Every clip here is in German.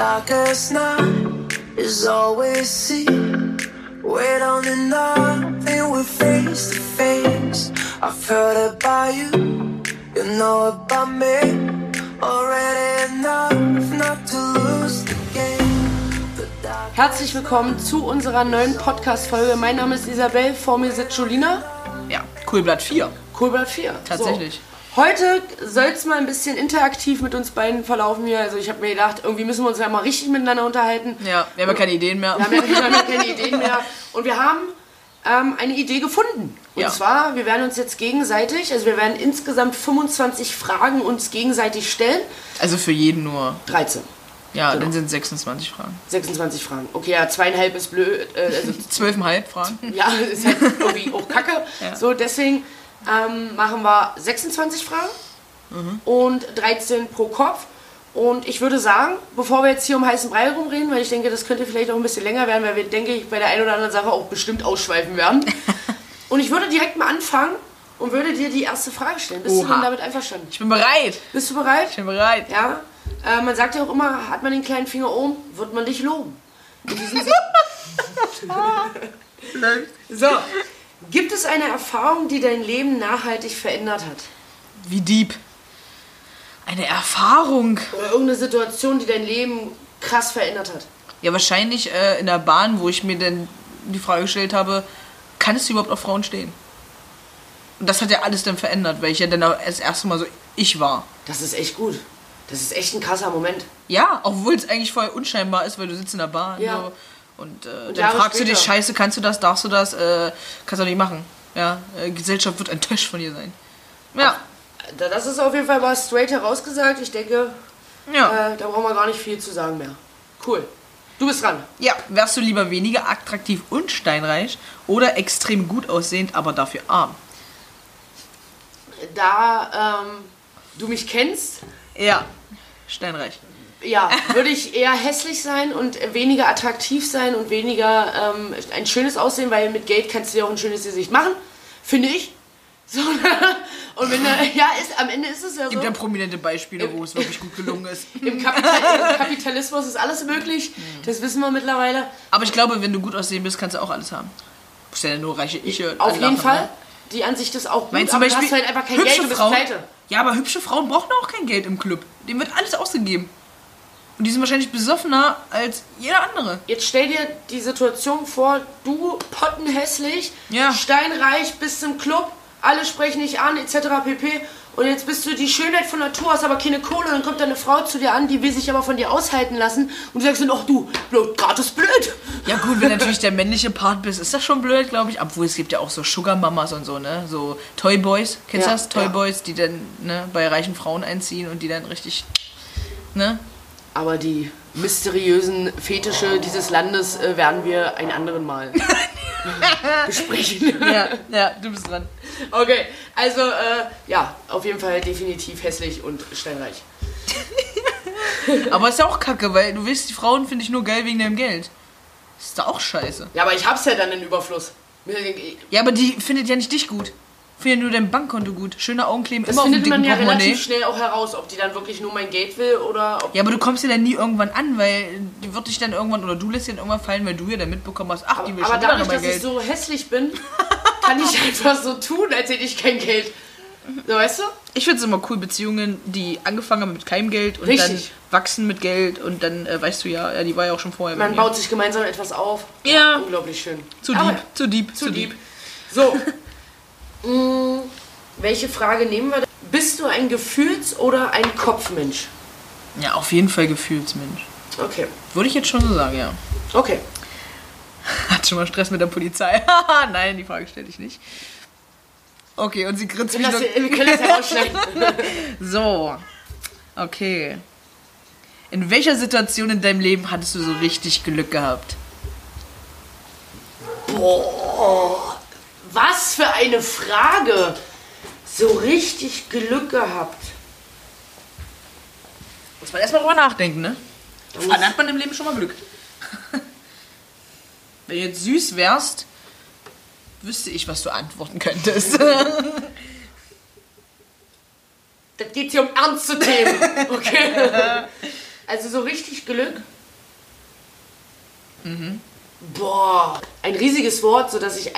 darkest night is always seen. We don't need nothing, we're face to face. I've heard about you, you know about me. Already enough not to lose the game. Herzlich willkommen zu unserer neuen Podcast-Folge. Mein Name ist Isabel, vor mir sitzt Julina. Ja, Kohlblatt 4. Kohlblatt 4. Tatsächlich. So. Heute soll es mal ein bisschen interaktiv mit uns beiden verlaufen hier. Also ich habe mir gedacht, irgendwie müssen wir uns ja mal richtig miteinander unterhalten. Ja, wir haben ja keine Ideen mehr. Wir haben ja keine Ideen mehr. Und wir haben eine Idee gefunden. Und zwar, wir werden uns jetzt gegenseitig, also wir werden insgesamt 25 Fragen uns gegenseitig stellen. Also für jeden nur 13. Ja, genau. Dann sind 26 Fragen. 26 Fragen. Okay, ja, 2,5 ist blöd. Also 12,5 Fragen. Ja, ist halt irgendwie auch kacke. Ja. So, deswegen machen wir 26 Fragen und 13 pro Kopf. Und ich würde sagen, bevor wir jetzt hier um heißen Brei rumreden, weil ich denke, das könnte vielleicht auch ein bisschen länger werden, weil wir, denke ich, bei der einen oder anderen Sache auch bestimmt ausschweifen werden. Und ich würde direkt mal anfangen und würde dir die erste Frage stellen. Bist du denn damit einverstanden? Ich bin bereit. Bist du bereit? Ich bin bereit. Ja. Man sagt ja auch immer, hat man den kleinen Finger oben, wird man dich loben. In diesem Sinne. So, gibt es eine Erfahrung, die dein Leben nachhaltig verändert hat? Wie deep? Eine Erfahrung. Oder irgendeine Situation, die dein Leben krass verändert hat? Ja, wahrscheinlich in der Bahn, wo ich mir dann die Frage gestellt habe, kann es überhaupt auf Frauen stehen? Und das hat ja alles dann verändert, weil ich ja dann das erste Mal so ich war. Das ist echt gut. Das ist echt ein krasser Moment. Ja, obwohl es eigentlich voll unscheinbar ist, weil du sitzt in der Bahn. Ja. So, und dann fragst du dich, scheiße, kannst du das, darfst du das, kannst du nicht machen. Ja, Gesellschaft wird enttäuscht von dir sein. Ja. Das ist auf jeden Fall mal straight herausgesagt. Ich denke, da brauchen wir gar nicht viel zu sagen mehr. Cool. Du bist dran. Ja, wärst du lieber weniger attraktiv und steinreich oder extrem gut aussehend, aber dafür arm? Da du mich kennst... Ja, steinreich. Ja, würde ich eher hässlich sein und weniger attraktiv sein und weniger ein schönes Aussehen, weil mit Geld kannst du dir auch ein schönes Gesicht machen, finde ich. So, und wenn am Ende ist es ja so. Gibt ja prominente Beispiele, wo es wirklich gut gelungen ist. Im Kapitalismus ist alles möglich, das wissen wir mittlerweile. Aber ich glaube, wenn du gut aussehen bist, kannst du auch alles haben. Du musst ja nur reiche Ich auf jeden Fall. Ne? Die Ansicht ist auch gut, aber du hast halt einfach kein Geld, du bist pleite. Ja, aber hübsche Frauen brauchen auch kein Geld im Club. Dem wird alles ausgegeben. Und die sind wahrscheinlich besoffener als jeder andere. Jetzt stell dir die Situation vor, du pottenhässlich, steinreich, bist im Club, alle sprechen dich an, etc. pp. Und jetzt bist du die Schönheit von Natur, hast aber keine Kohle, und dann kommt eine Frau zu dir an, die will sich aber von dir aushalten lassen und du sagst dann, ach du, gratis blöd. Ja gut, wenn natürlich der männliche Part bist, ist das schon blöd, glaube ich. Obwohl es gibt ja auch so Sugar Mamas und so, ne? So Toyboys, kennst du das? Toyboys, die dann bei reichen Frauen einziehen und die dann richtig, ne? Aber die mysteriösen Fetische dieses Landes werden wir ein anderen Mal besprechen. Ja, du bist dran. Okay, also auf jeden Fall definitiv hässlich und steinreich. Aber ist ja auch kacke, weil du willst die Frauen, finde ich, nur geil wegen deinem Geld. Ist da auch scheiße. Ja, aber ich hab's ja dann in Überfluss. Ja, aber die findet ja nicht dich gut. Findet nur dein Bankkonto gut. Schöne Augenkleben, immer auf dem dicken Portemonnaie. Das findet man ja relativ schnell auch heraus, ob die dann wirklich nur mein Geld will oder... Ja, aber du kommst ja dann nie irgendwann an, weil die wird dich dann irgendwann, oder du lässt dir dann irgendwann fallen, weil du ja dann mitbekommen hast, ach, die will schon wieder mein Geld. Aber dadurch, dass ich so hässlich bin, kann ich einfach so tun, als hätte ich kein Geld. So, weißt du? Ich finde es immer cool, Beziehungen, die angefangen haben mit keinem Geld und dann wachsen mit Geld und dann, weißt du ja, die war ja auch schon vorher. Man baut sich gemeinsam etwas auf. Ja. Unglaublich schön. Zu deep. So. Welche Frage nehmen wir? Bist du ein Gefühls- oder ein Kopfmensch? Ja, auf jeden Fall Gefühlsmensch. Okay. Würde ich jetzt schon so sagen, ja. Okay. Hat schon mal Stress mit der Polizei? Nein, die Frage stelle ich nicht. Okay, und sie grinst mich noch... Wir können das ja ausschneiden. So. Okay. In welcher Situation in deinem Leben hattest du so richtig Glück gehabt? Boah. Was für eine Frage! So richtig Glück gehabt. Muss man erstmal drüber nachdenken, ne? Dann hat man im Leben schon mal Glück. Wenn du jetzt süß wärst, wüsste ich, was du antworten könntest. Das geht hier um ernste Themen, okay? Also so richtig Glück. Boah, ein riesiges Wort, sodass ich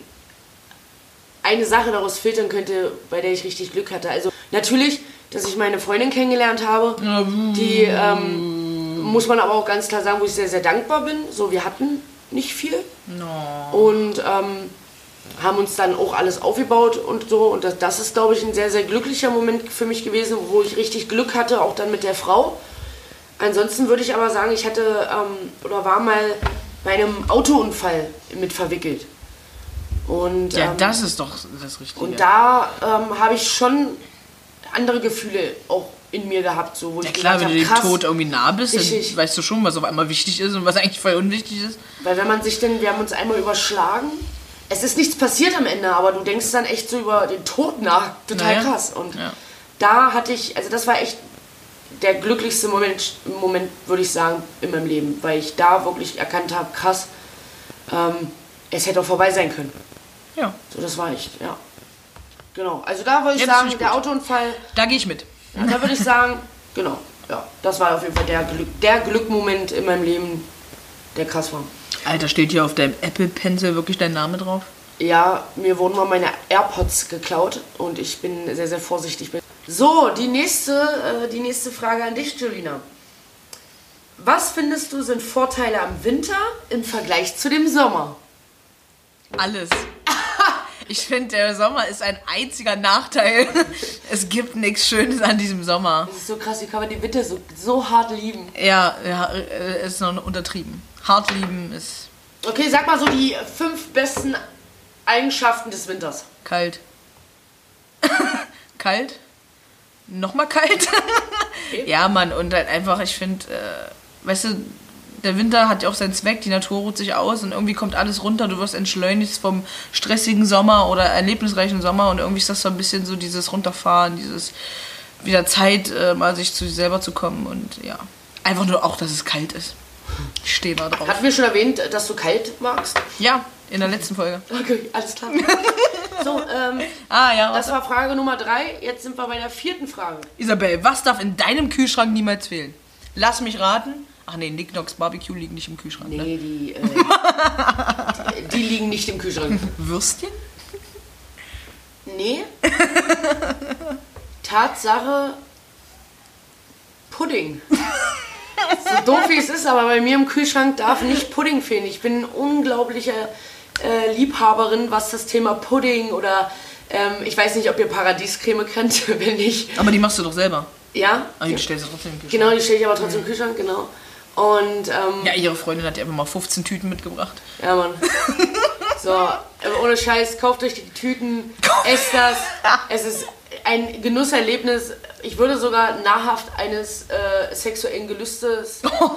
eine Sache daraus filtern könnte, bei der ich richtig Glück hatte. Also natürlich, dass ich meine Freundin kennengelernt habe, die muss man aber auch ganz klar sagen, wo ich sehr, sehr dankbar bin. So, wir hatten nicht viel und haben uns dann auch alles aufgebaut und so. Und das ist, glaube ich, ein sehr, sehr glücklicher Moment für mich gewesen, wo ich richtig Glück hatte, auch dann mit der Frau. Ansonsten würde ich aber sagen, ich hatte oder war mal bei einem Autounfall mit verwickelt. Und, Ja, das ist doch das Richtige. Und da habe ich schon andere Gefühle auch in mir gehabt, so, wo ja ich klar, gesagt wenn du habe, dem krass, Tod irgendwie nah bist, Richtig. dann weißt du schon, was auf einmal wichtig ist und was eigentlich voll unwichtig ist. Weil wenn man sich denn, wir haben uns einmal überschlagen, es ist nichts passiert am Ende, aber du denkst dann echt so über den Tod nach, total Naja. krass. Und da hatte ich, also das war echt der glücklichste Moment würde ich sagen, in meinem Leben, weil ich da wirklich erkannt habe, krass, es hätte auch vorbei sein können. Ja. So, das war echt, ja. Genau, also da würde ich Ja, das sagen, finde ich der gut. Autounfall, Da gehe ich mit. ja, da würde ich sagen, genau, ja, das war auf jeden Fall der Glückmoment in meinem Leben, der krass war. Alter, steht hier auf deinem Apple Pencil wirklich dein Name drauf? Ja, mir wurden mal meine AirPods geklaut und ich bin sehr, sehr vorsichtig. So, die nächste Frage an dich, Julina. Was findest du sind Vorteile am Winter im Vergleich zu dem Sommer? Alles. Ich finde, der Sommer ist ein einziger Nachteil. Es gibt nichts Schönes an diesem Sommer. Das ist so krass, wie kann man die Winter so hart lieben? Ja, ist noch untertrieben. Hart lieben ist Okay, sag mal so die 5 besten Eigenschaften des Winters. kalt. Kalt? Nochmal kalt? Okay. Ja, Mann, und halt einfach, ich finde, weißt du, der Winter hat ja auch seinen Zweck, die Natur ruht sich aus und irgendwie kommt alles runter, du wirst entschleunigt vom stressigen Sommer oder erlebnisreichen Sommer und irgendwie ist das so ein bisschen so dieses Runterfahren, dieses wieder Zeit, mal sich zu sich selber zu kommen und ja, einfach nur auch, dass es kalt ist. Ich stehe da drauf. Hatten wir schon erwähnt, dass du kalt magst? Ja, in der letzten Folge. Okay, alles klar. So, Ja, das war Frage Nummer 3. Jetzt sind wir bei der 4. Frage. Isabel, was darf in deinem Kühlschrank niemals fehlen? Lass mich raten. Ach nee, Nick Knocks Barbecue liegt nicht im Kühlschrank, ne? Nee, die liegen nicht im Kühlschrank. Würstchen? Nee. Tatsache, Pudding. So doof wie es ist, aber bei mir im Kühlschrank darf nicht Pudding fehlen. Ich bin eine unglaubliche Liebhaberin, was das Thema Pudding oder ich weiß nicht, ob ihr Paradiescreme kennt, wenn nicht. Aber die machst du doch selber. Ja? Aber die stellst du trotzdem im Kühlschrank. Genau, die stelle ich aber trotzdem im Kühlschrank, genau. Und Ja, ihre Freundin hat dir einfach mal 15 Tüten mitgebracht. ja, Mann. So, ohne Scheiß, kauft euch die Tüten, esst das. Es ist ein Genusserlebnis. Ich würde sogar nahrhaft eines sexuellen Gelüstes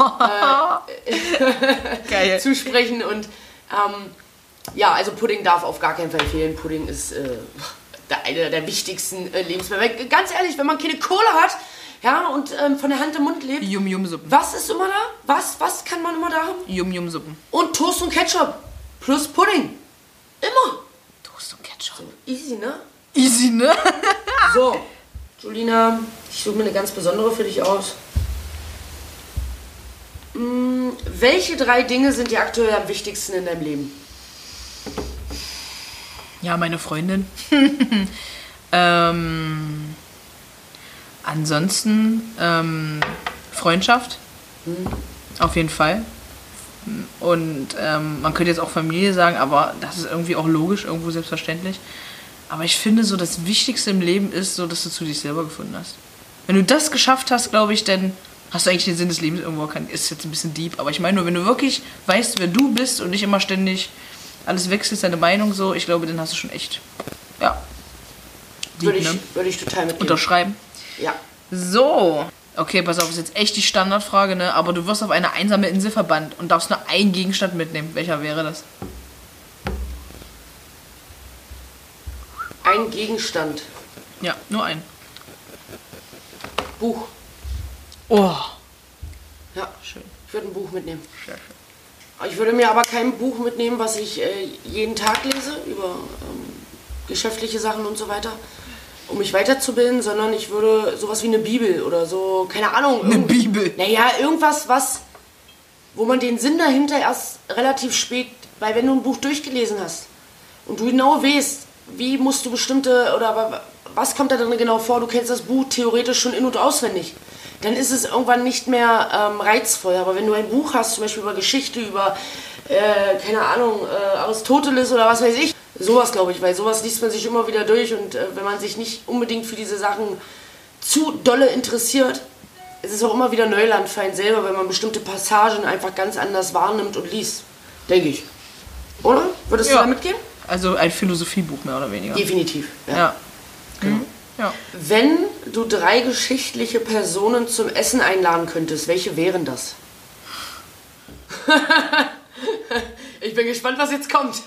Geil. zusprechen. Und ja, also Pudding darf auf gar keinen Fall fehlen. Pudding ist einer der wichtigsten Lebensmittel. Weil, ganz ehrlich, wenn man keine Kohle hat, ja, und von der Hand im Mund lebt, Yum-Yum-Suppen. was ist immer da? Was kann man immer da haben? Yum-Yum-Suppen. Und Toast und Ketchup. Plus Pudding. Immer. Toast und Ketchup. Easy, ne? Easy, ne? So, Julina, ich suche mir eine ganz besondere für dich aus. Welche 3 Dinge sind dir aktuell am wichtigsten in deinem Leben? Ja, meine Freundin. Ansonsten Freundschaft. Auf jeden Fall. Und man könnte jetzt auch Familie sagen, aber das ist irgendwie auch logisch, irgendwo selbstverständlich. Aber ich finde so, das Wichtigste im Leben ist so, dass du zu dich selber gefunden hast. Wenn du das geschafft hast, glaube ich, dann hast du eigentlich den Sinn des Lebens irgendwo erkannt. Ist jetzt ein bisschen deep, aber ich meine nur, wenn du wirklich weißt, wer du bist und nicht immer ständig alles wechselst, deine Meinung so, ich glaube, dann hast du schon echt, ja, deep, Würde ich total mitgehen. unterschreiben. Ja. So. Okay, pass auf, ist jetzt echt die Standardfrage, ne? Aber du wirst auf eine einsame Insel verbannt und darfst nur einen Gegenstand mitnehmen. Welcher wäre das? Ein Gegenstand. Ja, nur einen. Buch. Oh. Ja, Schön. ich würde ein Buch mitnehmen. Sehr schön. Ich würde mir aber kein Buch mitnehmen, was ich jeden Tag lese, über geschäftliche Sachen und so weiter. um mich weiterzubilden, sondern ich würde sowas wie eine Bibel oder so, keine Ahnung. Eine Bibel? Naja, irgendwas, wo man den Sinn dahinter erst relativ spät, weil wenn du ein Buch durchgelesen hast und du genau weißt, wie musst du oder was kommt da drin genau vor, du kennst das Buch theoretisch schon in- und auswendig, dann ist es irgendwann nicht mehr reizvoll. Aber wenn du ein Buch hast, zum Beispiel über Geschichte, über, keine Ahnung, Aristoteles oder was weiß ich, sowas glaube ich, weil sowas liest man sich immer wieder durch und wenn man sich nicht unbedingt für diese Sachen zu dolle interessiert, ist es auch immer wieder Neuland für einen selber, wenn man bestimmte Passagen einfach ganz anders wahrnimmt und liest, denke ich. Oder? Würdest du da mitgehen? Also ein Philosophiebuch mehr oder weniger. Definitiv, Ja. Genau. Ja. Wenn du 3 geschichtliche Personen zum Essen einladen könntest, welche wären das? Ich bin gespannt, was jetzt kommt.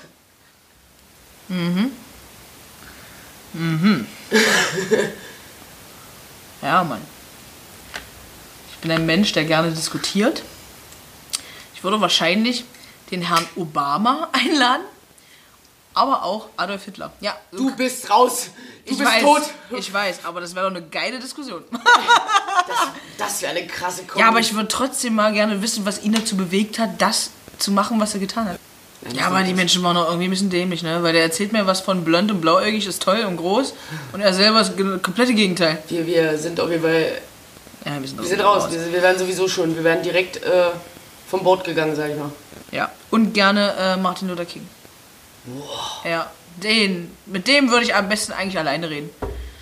Ja, Mann. Ich bin ein Mensch, der gerne diskutiert. Ich würde wahrscheinlich den Herrn Obama einladen, aber auch Adolf Hitler. Ja, Du bist raus. Du bist weiß, tot. Ich weiß, aber das wäre doch eine geile Diskussion. Das wäre eine krasse Kombi. Ja, aber ich würde trotzdem mal gerne wissen, was ihn dazu bewegt hat, das zu machen, was er getan hat. Ja, aber die Menschen waren doch irgendwie ein bisschen dämlich, ne? Weil der erzählt mir was von blond und blauäugig ist toll und groß und er selber ist das komplette Gegenteil. Wir sind auf jeden Fall... Ja, Wir sind raus. Wir wären sowieso schon. Wir wären direkt vom Bord gegangen, sag ich mal. Ja, und gerne Martin Luther King. Boah. Ja, mit dem würde ich am besten eigentlich alleine reden.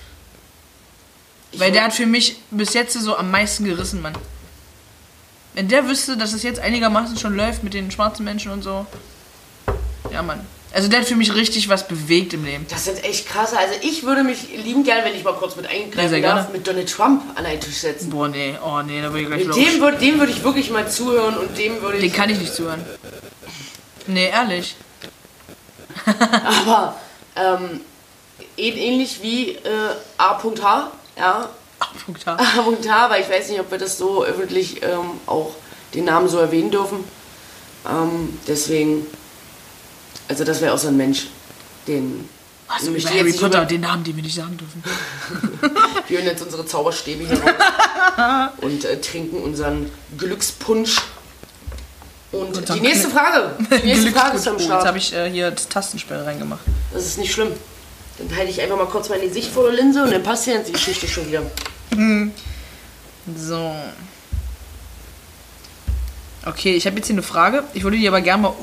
Weil der hat für mich bis jetzt so am meisten gerissen, Mann. Wenn der wüsste, dass es jetzt einigermaßen schon läuft mit den schwarzen Menschen und so. Ja, Mann. Also der hat für mich richtig was bewegt im Leben. Das sind echt krasse. Also ich würde mich lieben gern, wenn ich mal kurz mit eingreifen Ja, darf, mit Donald Trump an einen Tisch setzen. Boah, nee. Oh, nee, da würde ich gleich Mit los. dem würde ich wirklich mal zuhören und dem würde ich... Den kann ich nicht zuhören. Nee, ehrlich. Aber ähnlich wie A.H., ja. A.H. A.H., weil ich weiß nicht, ob wir das so öffentlich auch den Namen so erwähnen dürfen. Deswegen, also das wäre auch so ein Mensch, den... Also möchte über ich Harry jetzt Potter, nicht den Namen, den wir nicht sagen dürfen. Wir hören jetzt unsere Zauberstäbe hier raus und trinken unseren Glückspunsch. Und die nächste Frage. Die nächste Frage ist am Jetzt Start. habe ich hier die Tastensperre reingemacht. Das ist nicht schlimm. Dann halte ich einfach mal kurz meine Sicht vor der Linse und dann passt ja die Geschichte schon wieder. So. Okay, ich habe jetzt hier eine Frage. Ich würde die aber gerne mal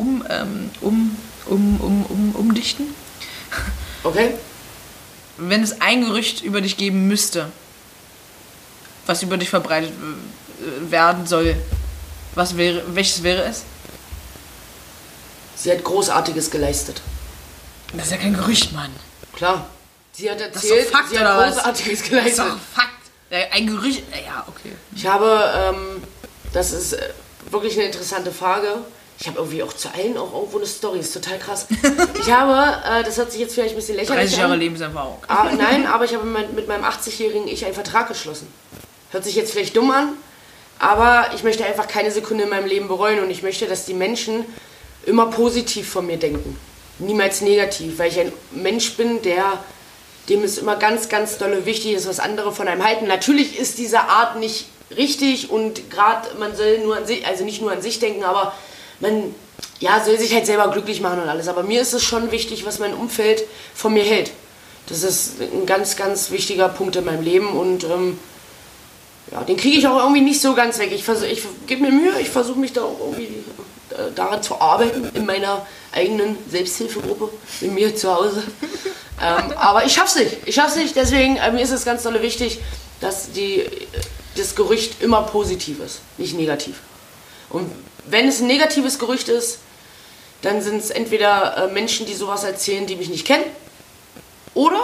umdichten. Okay? Wenn es ein Gerücht über dich geben müsste, was über dich verbreitet werden soll, welches wäre es? Sie hat Großartiges geleistet. Das ist ja kein Gerücht, Mann. Klar. Sie hat Das ist erzählt, doch Fakt, sie oder hat was? Großartiges Das ist geleistet. doch Fakt. Ein Gerücht, ja, okay. Ich habe, das ist wirklich eine interessante Frage. Ich habe irgendwie auch zu allen auch irgendwo eine Story, ist total krass. Ich habe, das hört sich jetzt vielleicht ein bisschen lächerlich 30 Jahre an. Lebenserfahrung. Nein, aber ich habe mit meinem 80-jährigen Ich einen Vertrag geschlossen. Hört sich jetzt vielleicht dumm an, aber ich möchte einfach keine Sekunde in meinem Leben bereuen und ich möchte, dass die Menschen immer positiv von mir denken. Niemals negativ, weil ich ein Mensch bin, dem es immer ganz, ganz dolle wichtig ist, was andere von einem halten. Natürlich ist diese Art nicht richtig und gerade man soll nur an sich, also nicht nur an sich denken, aber man soll sich halt selber glücklich machen und alles. Aber mir ist es schon wichtig, was mein Umfeld von mir hält. Das ist ein ganz, ganz wichtiger Punkt in meinem Leben und den kriege ich auch irgendwie nicht so ganz weg. Ich gebe mir Mühe, ich versuche mich da auch irgendwie daran zu arbeiten in meiner eigenen Selbsthilfegruppe, in mir zu Hause. Aber ich schaff's nicht. Deswegen, mir ist es ganz dolle wichtig, dass das Gerücht immer positiv ist, nicht negativ. Und wenn es ein negatives Gerücht ist, dann sind es entweder Menschen, die sowas erzählen, die mich nicht kennen, oder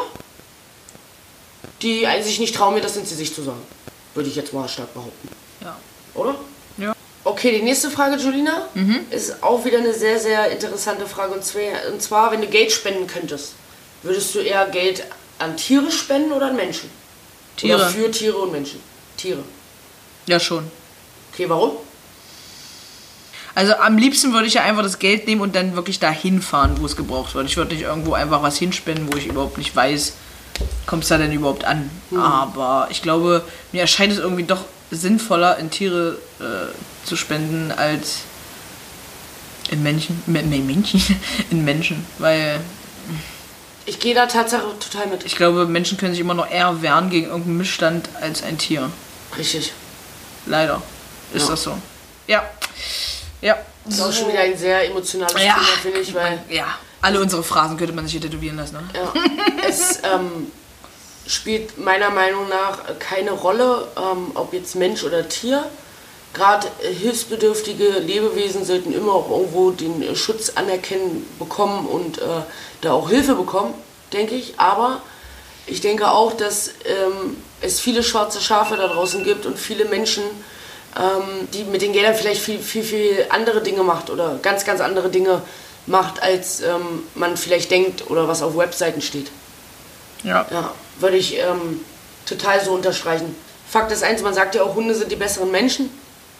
die sich nicht trauen, mir das ins Gesicht zu sagen. Würde ich jetzt mal stark behaupten. Ja. Oder? Ja. Okay, die nächste Frage, Julina, ist auch wieder eine sehr, sehr interessante Frage. Und zwar, wenn du Geld spenden könntest, würdest du eher Geld an Tiere spenden oder an Menschen? Tiere. Oder für Tiere und Menschen? Tiere. Ja, schon. Okay, warum? Also am liebsten würde ich ja einfach das Geld nehmen und dann wirklich dahin fahren, wo es gebraucht wird. Ich würde nicht irgendwo einfach was hinspenden, wo ich überhaupt nicht weiß, kommt es da denn überhaupt an? Aber ich glaube, mir erscheint es irgendwie doch sinnvoller, in Tiere zu spenden, als in Menschen. In Menschen, weil Ich gehe da tatsächlich total mit. ich glaube, Menschen können sich immer noch eher wehren gegen irgendeinen Missstand als ein Tier. Richtig. Leider ist Ja. das so. Ja. Ja. Das ist auch schon wieder ein sehr emotionales Ja. Thema, finde ich, weil Ja. Alle unsere Phrasen könnte man sich hier tätowieren lassen, ne? ja, es spielt meiner Meinung nach keine Rolle, ob jetzt Mensch oder Tier. Gerade hilfsbedürftige Lebewesen sollten immer auch irgendwo den Schutz anerkennen bekommen und da auch Hilfe bekommen, denke ich. Aber ich denke auch, dass es viele schwarze Schafe da draußen gibt und viele Menschen, die mit den Geldern vielleicht viel andere Dinge macht oder ganz andere Dinge macht, als man vielleicht denkt oder was auf Webseiten steht. Ja. Ja, würde ich total so unterstreichen. Fakt ist eins, man sagt ja auch, Hunde sind die besseren Menschen.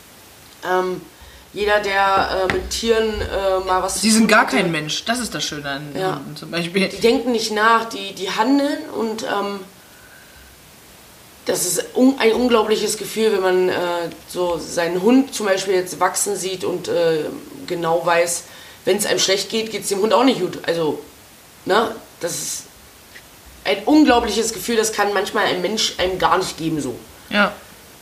Jeder, der mit Tieren mal was zu Sie sind tun gar hatte, kein Mensch. Das ist das Schöne an Ja. Hunden zum Beispiel. die denken nicht nach, die handeln und das ist ein unglaubliches Gefühl, wenn man so seinen Hund zum Beispiel jetzt wachsen sieht und genau weiß, wenn es einem schlecht geht, geht es dem Hund auch nicht gut. Also, ne, das ist ein unglaubliches Gefühl, das kann manchmal ein Mensch einem gar nicht geben so. Ja.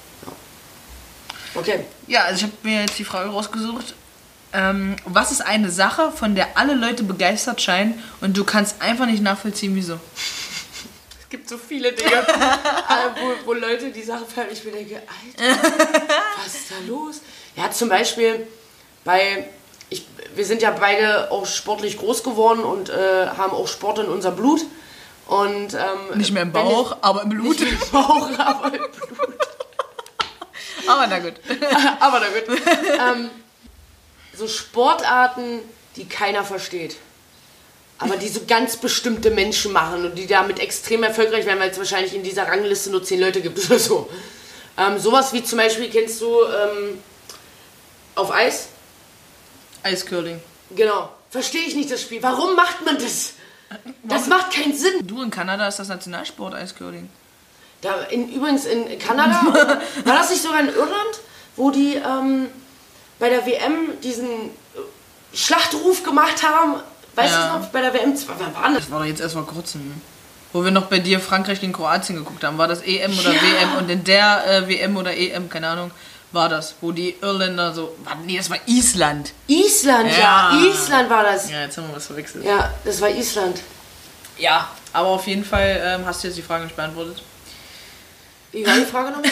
Okay. Ja, also ich habe mir jetzt die Frage rausgesucht. Was ist eine Sache, von der alle Leute begeistert scheinen und du kannst einfach nicht nachvollziehen, wieso? Es gibt so viele Dinge, wo Leute die Sache feiern. Ich mir denke, Alter, was ist da los? Ja, zum Beispiel wir sind ja beide auch sportlich groß geworden und haben auch Sport in unserem Blut. Und, Nicht mehr im Bauch, aber im Blut. Nicht mehr im Bauch, aber im Blut. Aber na gut. Aber na gut. So Sportarten, die keiner versteht. Aber die so ganz bestimmte Menschen machen und die damit extrem erfolgreich werden, weil es wahrscheinlich in dieser Rangliste nur 10 Leute gibt oder so. Sowas wie zum Beispiel, kennst du auf Eis? Eiscurling. Genau. Verstehe ich nicht das Spiel. Warum macht man das? Das macht keinen Sinn. Du, in Kanada ist das Nationalsport, Eiscurling. Übrigens in Kanada, oder war das nicht sogar in Irland, wo die bei der WM diesen Schlachtruf gemacht haben? Weißt Ja. du noch, bei der WM, wann war das? Das war doch jetzt erst vor kurzem. Wo wir noch bei dir Frankreich gegen Kroatien geguckt haben. War das EM oder Ja. WM? Und in der WM oder EM, keine Ahnung, war das. Wo die Irländer so... Nee, das war Island. Island, Ja. ja. Island war das. Ja, jetzt haben wir was verwechselt. Ja, das war Island. Ja, aber auf jeden Fall hast du jetzt die Frage nicht beantwortet. Wie war die Frage nochmal?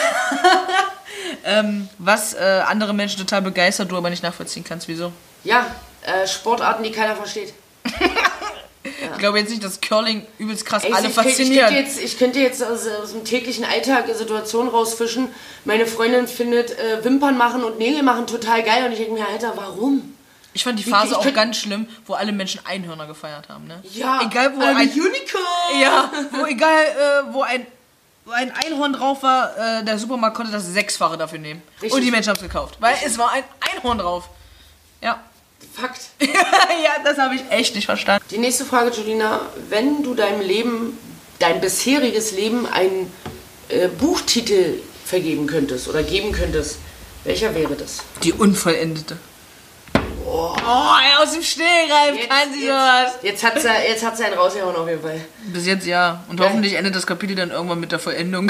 Was andere Menschen total begeistert, du aber nicht nachvollziehen kannst. Wieso? Ja, Sportarten, die keiner versteht. Ich glaube jetzt nicht, dass Curling übelst krass Ey, alle ich fasziniert. könnte jetzt aus dem täglichen Alltag Situationen rausfischen. Meine Freundin findet Wimpern machen und Nägel machen total geil und ich denke mir, Alter, warum? Ich fand die Wie- Phase ich auch könnt- ganz schlimm, wo alle Menschen Einhörner gefeiert haben, ne? Ja, Egal, wo ein ein Unicorn! Ja, wo ein Einhorn drauf war, der Supermarkt konnte das 6-fache dafür nehmen. Richtig. Und die Menschen haben es gekauft, weil es war ein Einhorn drauf. Ja. Fakt. Ja, das habe ich echt nicht verstanden. Die nächste Frage, Julina. Wenn du dein bisheriges Leben einen Buchtitel vergeben könntest oder geben könntest, welcher wäre das? Die Unvollendete. Oh, aus dem Stehgreif kann sie sowas. Jetzt hat sie einen rausgehauen auf jeden Fall. Bis jetzt ja. Und hoffentlich endet das Kapitel dann irgendwann mit der Vollendung.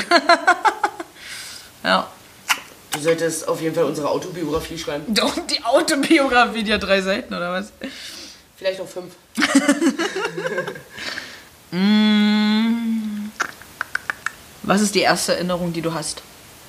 Ja. Du solltest auf jeden Fall unsere Autobiografie schreiben. Doch, die Autobiografie, die hat 3 Seiten, oder was? Vielleicht auch 5. Was ist die erste Erinnerung, die du hast?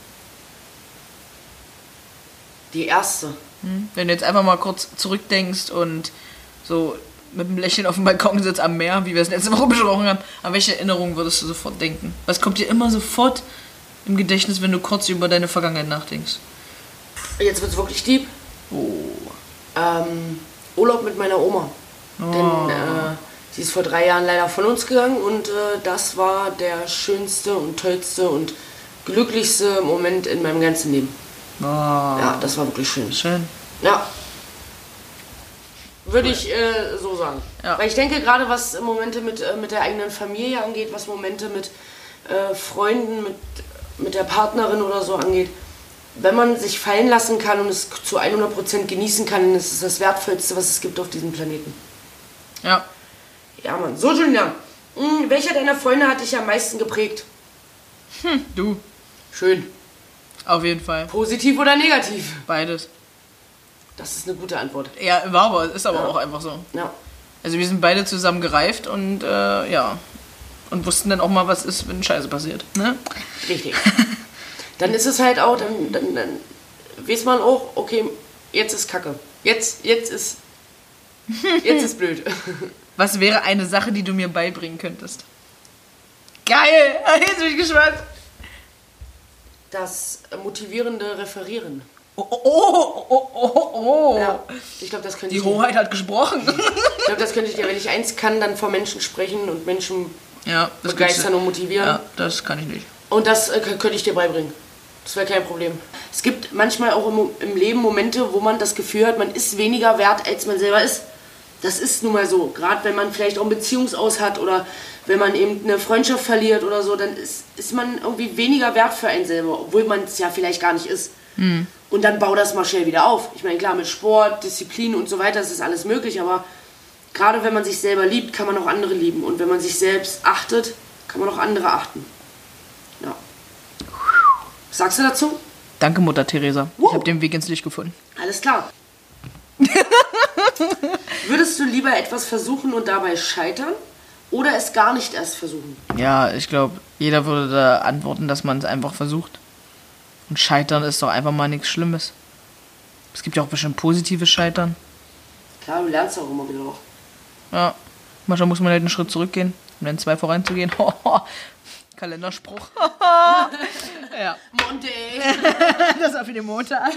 Die erste. Wenn du jetzt einfach mal kurz zurückdenkst und so mit einem Lächeln auf dem Balkon sitzt am Meer, wie wir es letzte Woche besprochen haben, an welche Erinnerung würdest du sofort denken? Was kommt dir immer sofort im Gedächtnis, wenn du kurz über deine Vergangenheit nachdenkst? Jetzt wird's wirklich deep. Oh. Urlaub mit meiner Oma. Denn sie ist vor 3 Jahren leider von uns gegangen und das war der schönste und tollste und glücklichste Moment in meinem ganzen Leben. Oh. Ja, das war wirklich schön. Schön. Ja. Würde ich so sagen. Ja. Weil ich denke, gerade was Momente mit der eigenen Familie angeht, was Momente mit Freunden, mit der Partnerin oder so angeht, wenn man sich fallen lassen kann und es zu 100% genießen kann, dann ist es das Wertvollste, was es gibt auf diesem Planeten. Ja. Ja, Mann. So, Julian. Welcher deiner Freunde hat dich am meisten geprägt? Du. Schön. Auf jeden Fall. Positiv oder negativ? Beides. Das ist eine gute Antwort. Ja, war aber, ist aber auch einfach so. Ja. Also wir sind beide zusammen gereift und ja. Und wussten dann auch mal, was ist, wenn Scheiße passiert. Ne? Richtig. Dann ist es halt auch, dann weiß man auch, okay, jetzt ist Kacke. Jetzt ist blöd. Was wäre eine Sache, die du mir beibringen könntest? Geil! Jetzt bin ich gespannt. Das motivierende Referieren. Oh. Ja, ich glaube, das könnte Die ich Hoheit hat gesprochen. Ich glaube, das könnte ich dir, wenn ich eins kann, dann vor Menschen sprechen und Menschen Ja, das begeistern und motivieren. Ja, das kann ich nicht. Und das könnte ich dir beibringen. Das wäre kein Problem. Es gibt manchmal auch im Leben Momente, wo man das Gefühl hat, man ist weniger wert, als man selber ist. Das ist nun mal so. Gerade wenn man vielleicht auch einen Beziehungsaus hat oder wenn man eben eine Freundschaft verliert oder so, dann ist man irgendwie weniger wert für einen selber, obwohl man es ja vielleicht gar nicht ist. Und dann bau das mal schnell wieder auf. Ich meine, klar, mit Sport, Disziplin und so weiter, das ist alles möglich, aber gerade wenn man sich selber liebt, kann man auch andere lieben. Und wenn man sich selbst achtet, kann man auch andere achten. Ja. Was sagst du dazu? Danke, Mutter Teresa. Ich habe den Weg ins Licht gefunden. Alles klar. Würdest du lieber etwas versuchen und dabei scheitern oder es gar nicht erst versuchen? Ja, ich glaube, jeder würde da antworten, dass man es einfach versucht. Und Scheitern ist doch einfach mal nichts Schlimmes. Es gibt ja auch bestimmt positives Scheitern. Klar, du lernst auch immer wieder noch. Ja, manchmal muss man halt einen Schritt zurückgehen, um dann 2 voranzugehen. Kalenderspruch. Ja. Monday. Das war für den Montag.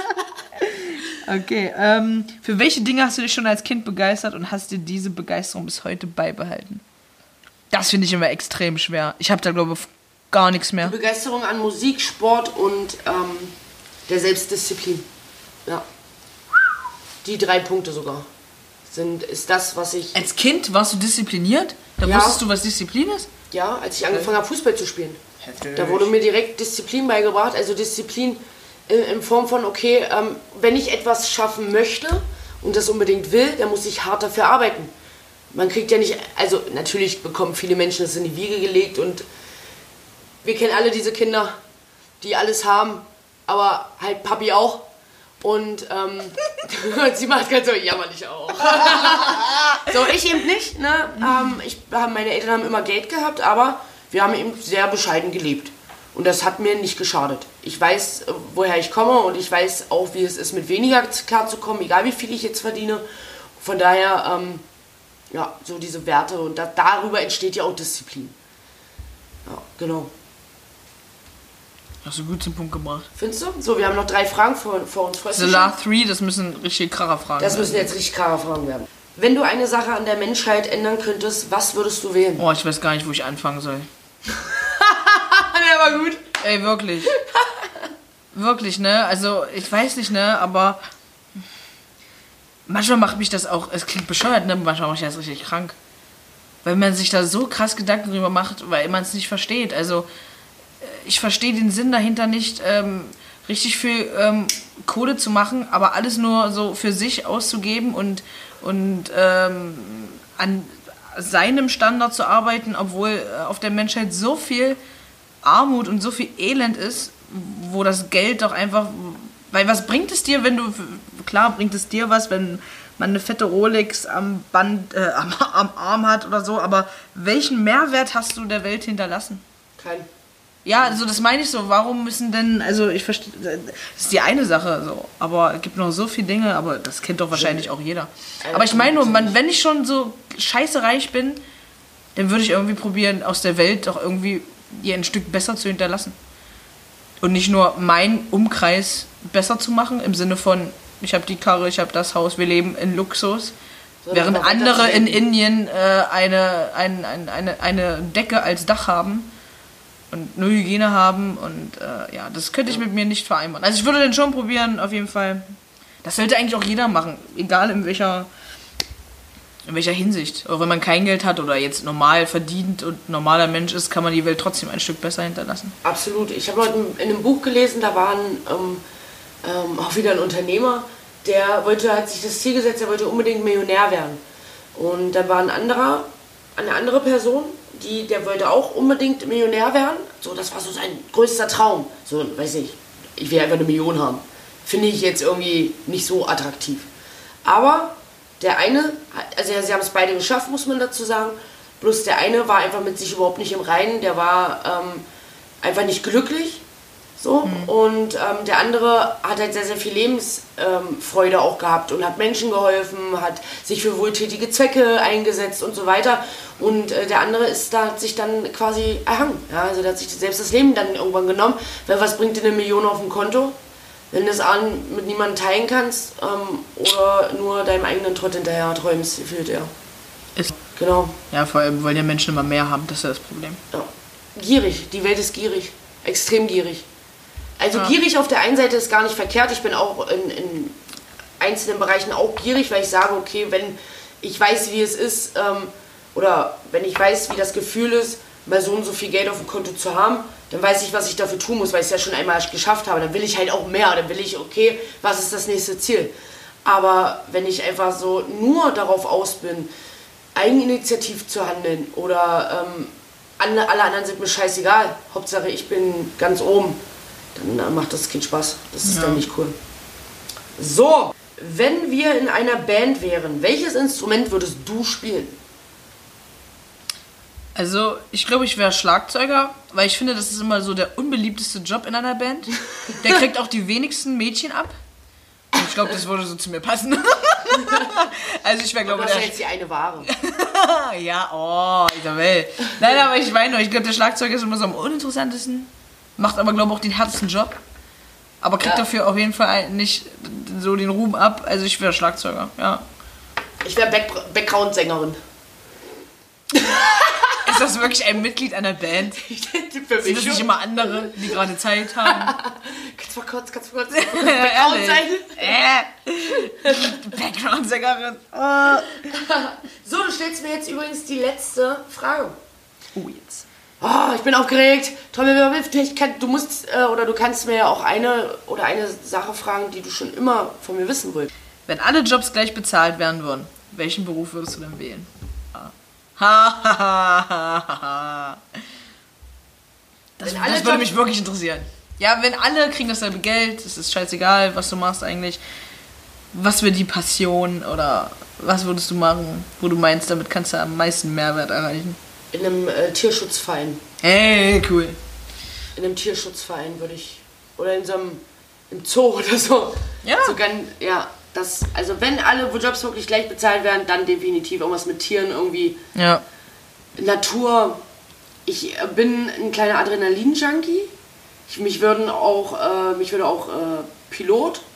Okay, für welche Dinge hast du dich schon als Kind begeistert und hast dir diese Begeisterung bis heute beibehalten? Das finde ich immer extrem schwer. Ich habe da, glaube ich, gar nichts mehr. Begeisterung an Musik, Sport und der Selbstdisziplin. Ja. Die 3 Punkte sogar ist das, was ich... Als Kind warst du diszipliniert? Da Ja. wusstest du, was Disziplin ist? Ja, als ich angefangen habe, Fußball zu spielen. Heftig. Da wurde mir direkt Disziplin beigebracht. Also Disziplin in Form von, okay, wenn ich etwas schaffen möchte und das unbedingt will, dann muss ich hart dafür arbeiten. Man kriegt ja nicht... Also natürlich bekommen viele Menschen das in die Wiege gelegt und wir kennen alle diese Kinder, die alles haben, aber halt Papi auch. Und sie macht ganz so jammerlich auch. So, ich eben nicht. Ne? Meine Eltern haben immer Geld gehabt, aber wir haben eben sehr bescheiden gelebt. Und das hat mir nicht geschadet. Ich weiß, woher ich komme und ich weiß auch, wie es ist, mit weniger klarzukommen, egal wie viel ich jetzt verdiene. Von daher, ja, so diese Werte und darüber entsteht ja auch Disziplin. Ja, genau. Hast du gut zum Punkt gebracht. Findest du? So, wir haben noch 3 Fragen vor uns. Freust du The dich schon? last 3, das müssen richtig kracher Fragen Das sein. müssen jetzt richtig klare Fragen werden. Wenn du eine Sache an der Menschheit ändern könntest, was würdest du wählen? Oh, ich weiß gar nicht, wo ich anfangen soll. Der war gut. Ey, wirklich. Wirklich, ne? Also, ich weiß nicht, ne? Aber manchmal macht mich das auch, es klingt bescheuert, ne? Manchmal macht mich das richtig krank. Weil man sich da so krass Gedanken drüber macht, weil man es nicht versteht. Also, ich verstehe den Sinn dahinter nicht, richtig viel Kohle zu machen, aber alles nur so für sich auszugeben und an seinem Standard zu arbeiten, obwohl auf der Menschheit so viel Armut und so viel Elend ist, wo das Geld doch einfach... Weil was bringt es dir, wenn du... Klar bringt es dir was, wenn man eine fette Rolex am Arm hat oder so, aber welchen Mehrwert hast du der Welt hinterlassen? Kein. Ja, also das meine ich so. Warum müssen denn, also ich verstehe, das ist die eine Sache, so. Aber es gibt noch so viele Dinge, aber das kennt doch wahrscheinlich auch jeder. Aber ich meine nur, wenn ich schon so scheiße reich bin, dann würde ich irgendwie probieren, aus der Welt doch irgendwie ihr ein Stück besser zu hinterlassen. Und nicht nur meinen Umkreis besser zu machen, im Sinne von, ich habe die Karre, ich habe das Haus, wir leben in Luxus. Während andere in Indien eine Decke als Dach haben und nur Hygiene haben und ja, das könnte ich mit mir nicht vereinbaren. Also ich würde dann schon probieren, auf jeden Fall. Das sollte eigentlich auch jeder machen, egal in welcher In welcher Hinsicht? Auch wenn man kein Geld hat oder jetzt normal verdient und normaler Mensch ist, kann man die Welt trotzdem ein Stück besser hinterlassen. Absolut. Ich habe heute in einem Buch gelesen, da war auch wieder ein Unternehmer, hat sich das Ziel gesetzt, er wollte unbedingt Millionär werden. Und da war eine andere Person, der wollte auch unbedingt Millionär werden. So, das war so sein größter Traum. So, weiß ich will einfach 1 Million haben. Finde ich jetzt irgendwie nicht so attraktiv. Aber der eine, also sie haben es beide geschafft, muss man dazu sagen. Bloß der eine war einfach mit sich überhaupt nicht im Reinen. Der war einfach nicht glücklich. So. Und der andere hat halt sehr, sehr viel Lebensfreude auch gehabt und hat Menschen geholfen, hat sich für wohltätige Zwecke eingesetzt und so weiter. Und der andere hat sich dann quasi erhangen. Ja? Also der hat sich selbst das Leben dann irgendwann genommen. Weil was bringt dir 1 Million auf dem Konto, wenn du es mit niemandem teilen kannst oder nur deinem eigenen Trott hinterher träumst, wie fühlt er? Ist. Genau. Ja, vor allem wollen ja Menschen immer mehr haben, das ist ja das Problem. Ja. Gierig, die Welt ist gierig. Extrem gierig. Also gierig auf der einen Seite ist gar nicht verkehrt. Ich bin auch in einzelnen Bereichen auch gierig, weil ich sage, okay, wenn ich weiß, wie es ist, oder wenn ich weiß, wie das Gefühl ist, mal so und so viel Geld auf dem Konto zu haben, dann weiß ich, was ich dafür tun muss, weil ich es ja schon einmal geschafft habe. Dann will ich halt auch mehr. Dann will ich, okay, was ist das nächste Ziel? Aber wenn ich einfach so nur darauf aus bin, eigeninitiativ zu handeln oder alle anderen sind mir scheißegal, Hauptsache ich bin ganz oben, dann macht das keinen Spaß. Das ist dann nicht cool. So, wenn wir in einer Band wären, welches Instrument würdest du spielen? Also, ich glaube, ich wäre Schlagzeuger, weil ich finde, das ist immer so der unbeliebteste Job in einer Band. Der kriegt auch die wenigsten Mädchen ab. Und ich glaube, das würde so zu mir passen. Also ich wäre, glaube ich... Das ist jetzt die eine Ware. Ja, oh, Isabel. Nein, aber ich meine nur, ich glaube, der Schlagzeuger ist immer so am uninteressantesten. Macht aber, glaube ich, auch den härtesten Job. Aber kriegt dafür auf jeden Fall nicht so den Ruhm ab. Also ich wäre Schlagzeuger, ja. Ich wäre Background-Sängerin. Ist das wirklich ein Mitglied einer Band? Für Sind das nicht immer andere, die gerade Zeit haben? Kannst du mal kurz Background sein? Background-Sängerin. So, du stellst mir jetzt übrigens die letzte Frage. Oh, jetzt. Oh, ich bin aufgeregt. Du kannst mir ja auch eine Sache fragen, die du schon immer von mir wissen wolltest. Wenn alle Jobs gleich bezahlt werden würden, welchen Beruf würdest du denn wählen? Das würde mich wirklich interessieren. Ja, wenn alle kriegen dasselbe Geld, es ist scheißegal, was du machst eigentlich. Was wäre die Passion oder was würdest du machen, wo du meinst, damit kannst du am meisten Mehrwert erreichen? In einem Tierschutzverein. Hey, cool. In einem Tierschutzverein würde ich. Oder im Zoo oder so. Ja. Also wenn alle Jobs wirklich gleich bezahlt werden, dann definitiv irgendwas mit Tieren irgendwie. Ja. Natur. Ich bin ein kleiner Adrenalin-Junkie. Mich würde auch Pilot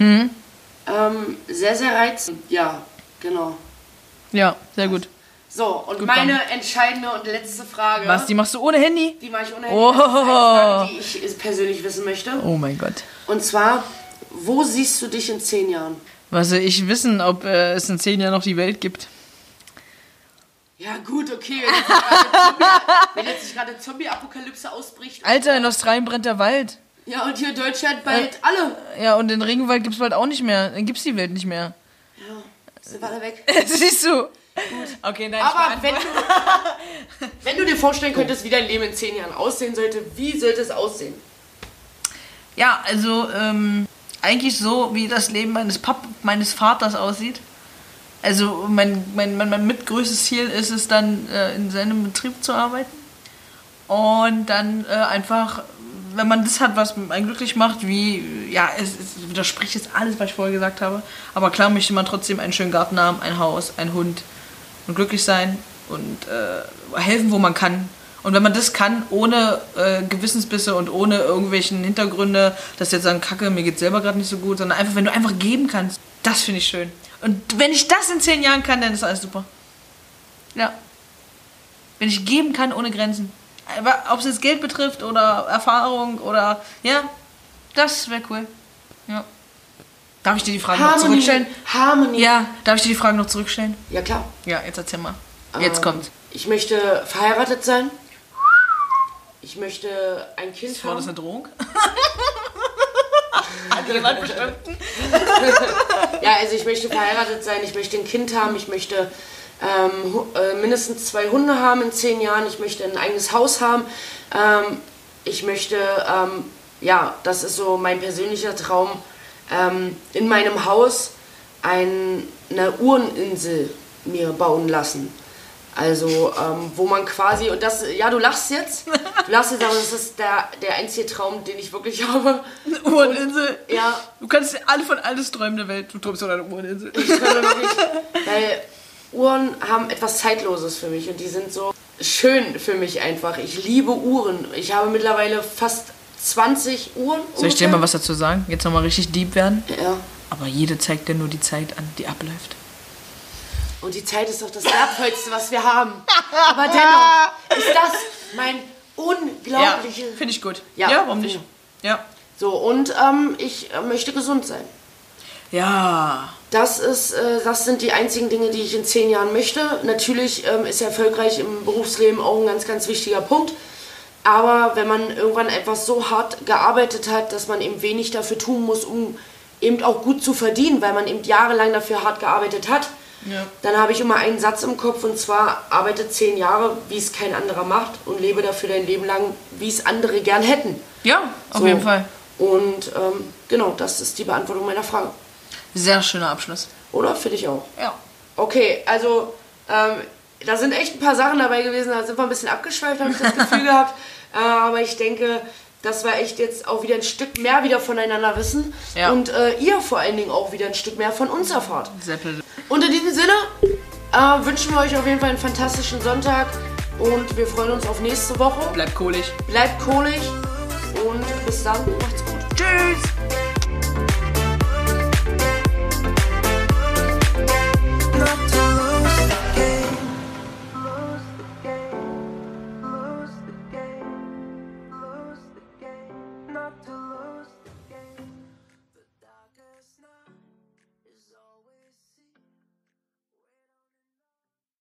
sehr, sehr reizen. Ja, genau. Ja, sehr gut. So, und meine entscheidende und letzte Frage. Was, die machst du ohne Handy? Die mache ich ohne Handy. Das ist eine Frage, die ich persönlich wissen möchte. Oh mein Gott. Und zwar, wo siehst du dich in 10 Jahren? Was will ich wissen, ob es in 10 Jahren noch die Welt gibt? Ja gut, okay. Wenn jetzt nicht gerade Zombie-Apokalypse ausbricht. Alter, in Australien brennt der Wald. Ja, und hier in Deutschland bald alle. Ja, und den Regenwald gibt's bald auch nicht mehr. Dann gibt's die Welt nicht mehr. Ja, sind wir alle weg. Siehst du? Gut. Okay, nein, aber wenn du dir vorstellen könntest, wie dein Leben in 10 Jahren aussehen sollte, wie sollte es aussehen? Ja, also eigentlich so, wie das Leben meines Vaters aussieht. Also mein mitgrößtes Ziel ist es dann, in seinem Betrieb zu arbeiten. Und dann einfach, wenn man das hat, was einen glücklich macht, es widerspricht jetzt alles, was ich vorher gesagt habe. Aber klar möchte man trotzdem einen schönen Garten haben, ein Haus, einen Hund und glücklich sein und helfen, wo man kann. Und wenn man das kann, ohne Gewissensbisse und ohne irgendwelchen Hintergründe, dass jetzt sagen, Kacke, mir geht's selber gerade nicht so gut, sondern einfach, wenn du einfach geben kannst, das finde ich schön. Und wenn ich das in 10 Jahren kann, dann ist alles super. Ja. Wenn ich geben kann ohne Grenzen. Ob es jetzt Geld betrifft oder Erfahrung oder, ja, das wäre cool. Ja. Darf ich dir die Frage noch zurückstellen? Harmony. Ja, darf ich dir die Frage noch zurückstellen? Ja, klar. Ja, jetzt erzähl mal. Jetzt kommt. Ich möchte verheiratet sein. Ich möchte ein Kind War haben. das eine Drohung? Hat jemand bestimmt? Ja, also ich möchte verheiratet sein, ich möchte ein Kind haben, ich möchte mindestens 2 Hunde haben in 10 Jahren, ich möchte ein eigenes Haus haben, ich möchte, ja, das ist so mein persönlicher Traum, in meinem Haus eine Uhreninsel mir bauen lassen. Also, wo man quasi, und das, ja, du lachst jetzt, aber das ist der einzige Traum, den ich wirklich habe. Eine Uhreninsel? Ja. Du kannst alle von alles träumen der Welt, du träumst von einer Uhreninsel. Ich träume wirklich, weil Uhren haben etwas Zeitloses für mich und die sind so schön für mich einfach. Ich liebe Uhren. Ich habe mittlerweile fast 20 Uhren. Soll ich dir mal was dazu sagen? Jetzt nochmal richtig deep werden? Ja. Aber jede zeigt dir nur die Zeit an, die abläuft. Und die Zeit ist doch das Wertvollste, was wir haben. Aber dennoch ist das mein unglaubliches... Ja, finde ich gut. Ja, Ja, warum nicht? Ja. So, und ich möchte gesund sein. Ja. Das sind die einzigen Dinge, die ich in 10 Jahren möchte. Natürlich ist erfolgreich im Berufsleben auch ein ganz, ganz wichtiger Punkt. Aber wenn man irgendwann etwas so hart gearbeitet hat, dass man eben wenig dafür tun muss, um eben auch gut zu verdienen, weil man eben jahrelang dafür hart gearbeitet hat, Ja. dann habe ich immer einen Satz im Kopf und zwar: arbeite 10 Jahre, wie es kein anderer macht und lebe dafür dein Leben lang, wie es andere gern hätten. Ja, auf So. jeden Fall. Und genau, das ist die Beantwortung meiner Frage. Sehr schöner Abschluss. Oder? Für dich auch? Ja. Okay, also da sind echt ein paar Sachen dabei gewesen, da sind wir ein bisschen abgeschweift, habe ich das Gefühl gehabt. Aber ich denke, dass wir echt jetzt auch wieder ein Stück mehr wieder voneinander wissen. Ja. Und ihr vor allen Dingen auch wieder ein Stück mehr von uns erfahrt. Seppel. Und in diesem Sinne wünschen wir euch auf jeden Fall einen fantastischen Sonntag. Und wir freuen uns auf nächste Woche. Bleibt kohlig. Bleibt kohlig. Und bis dann. Macht's gut. Tschüss.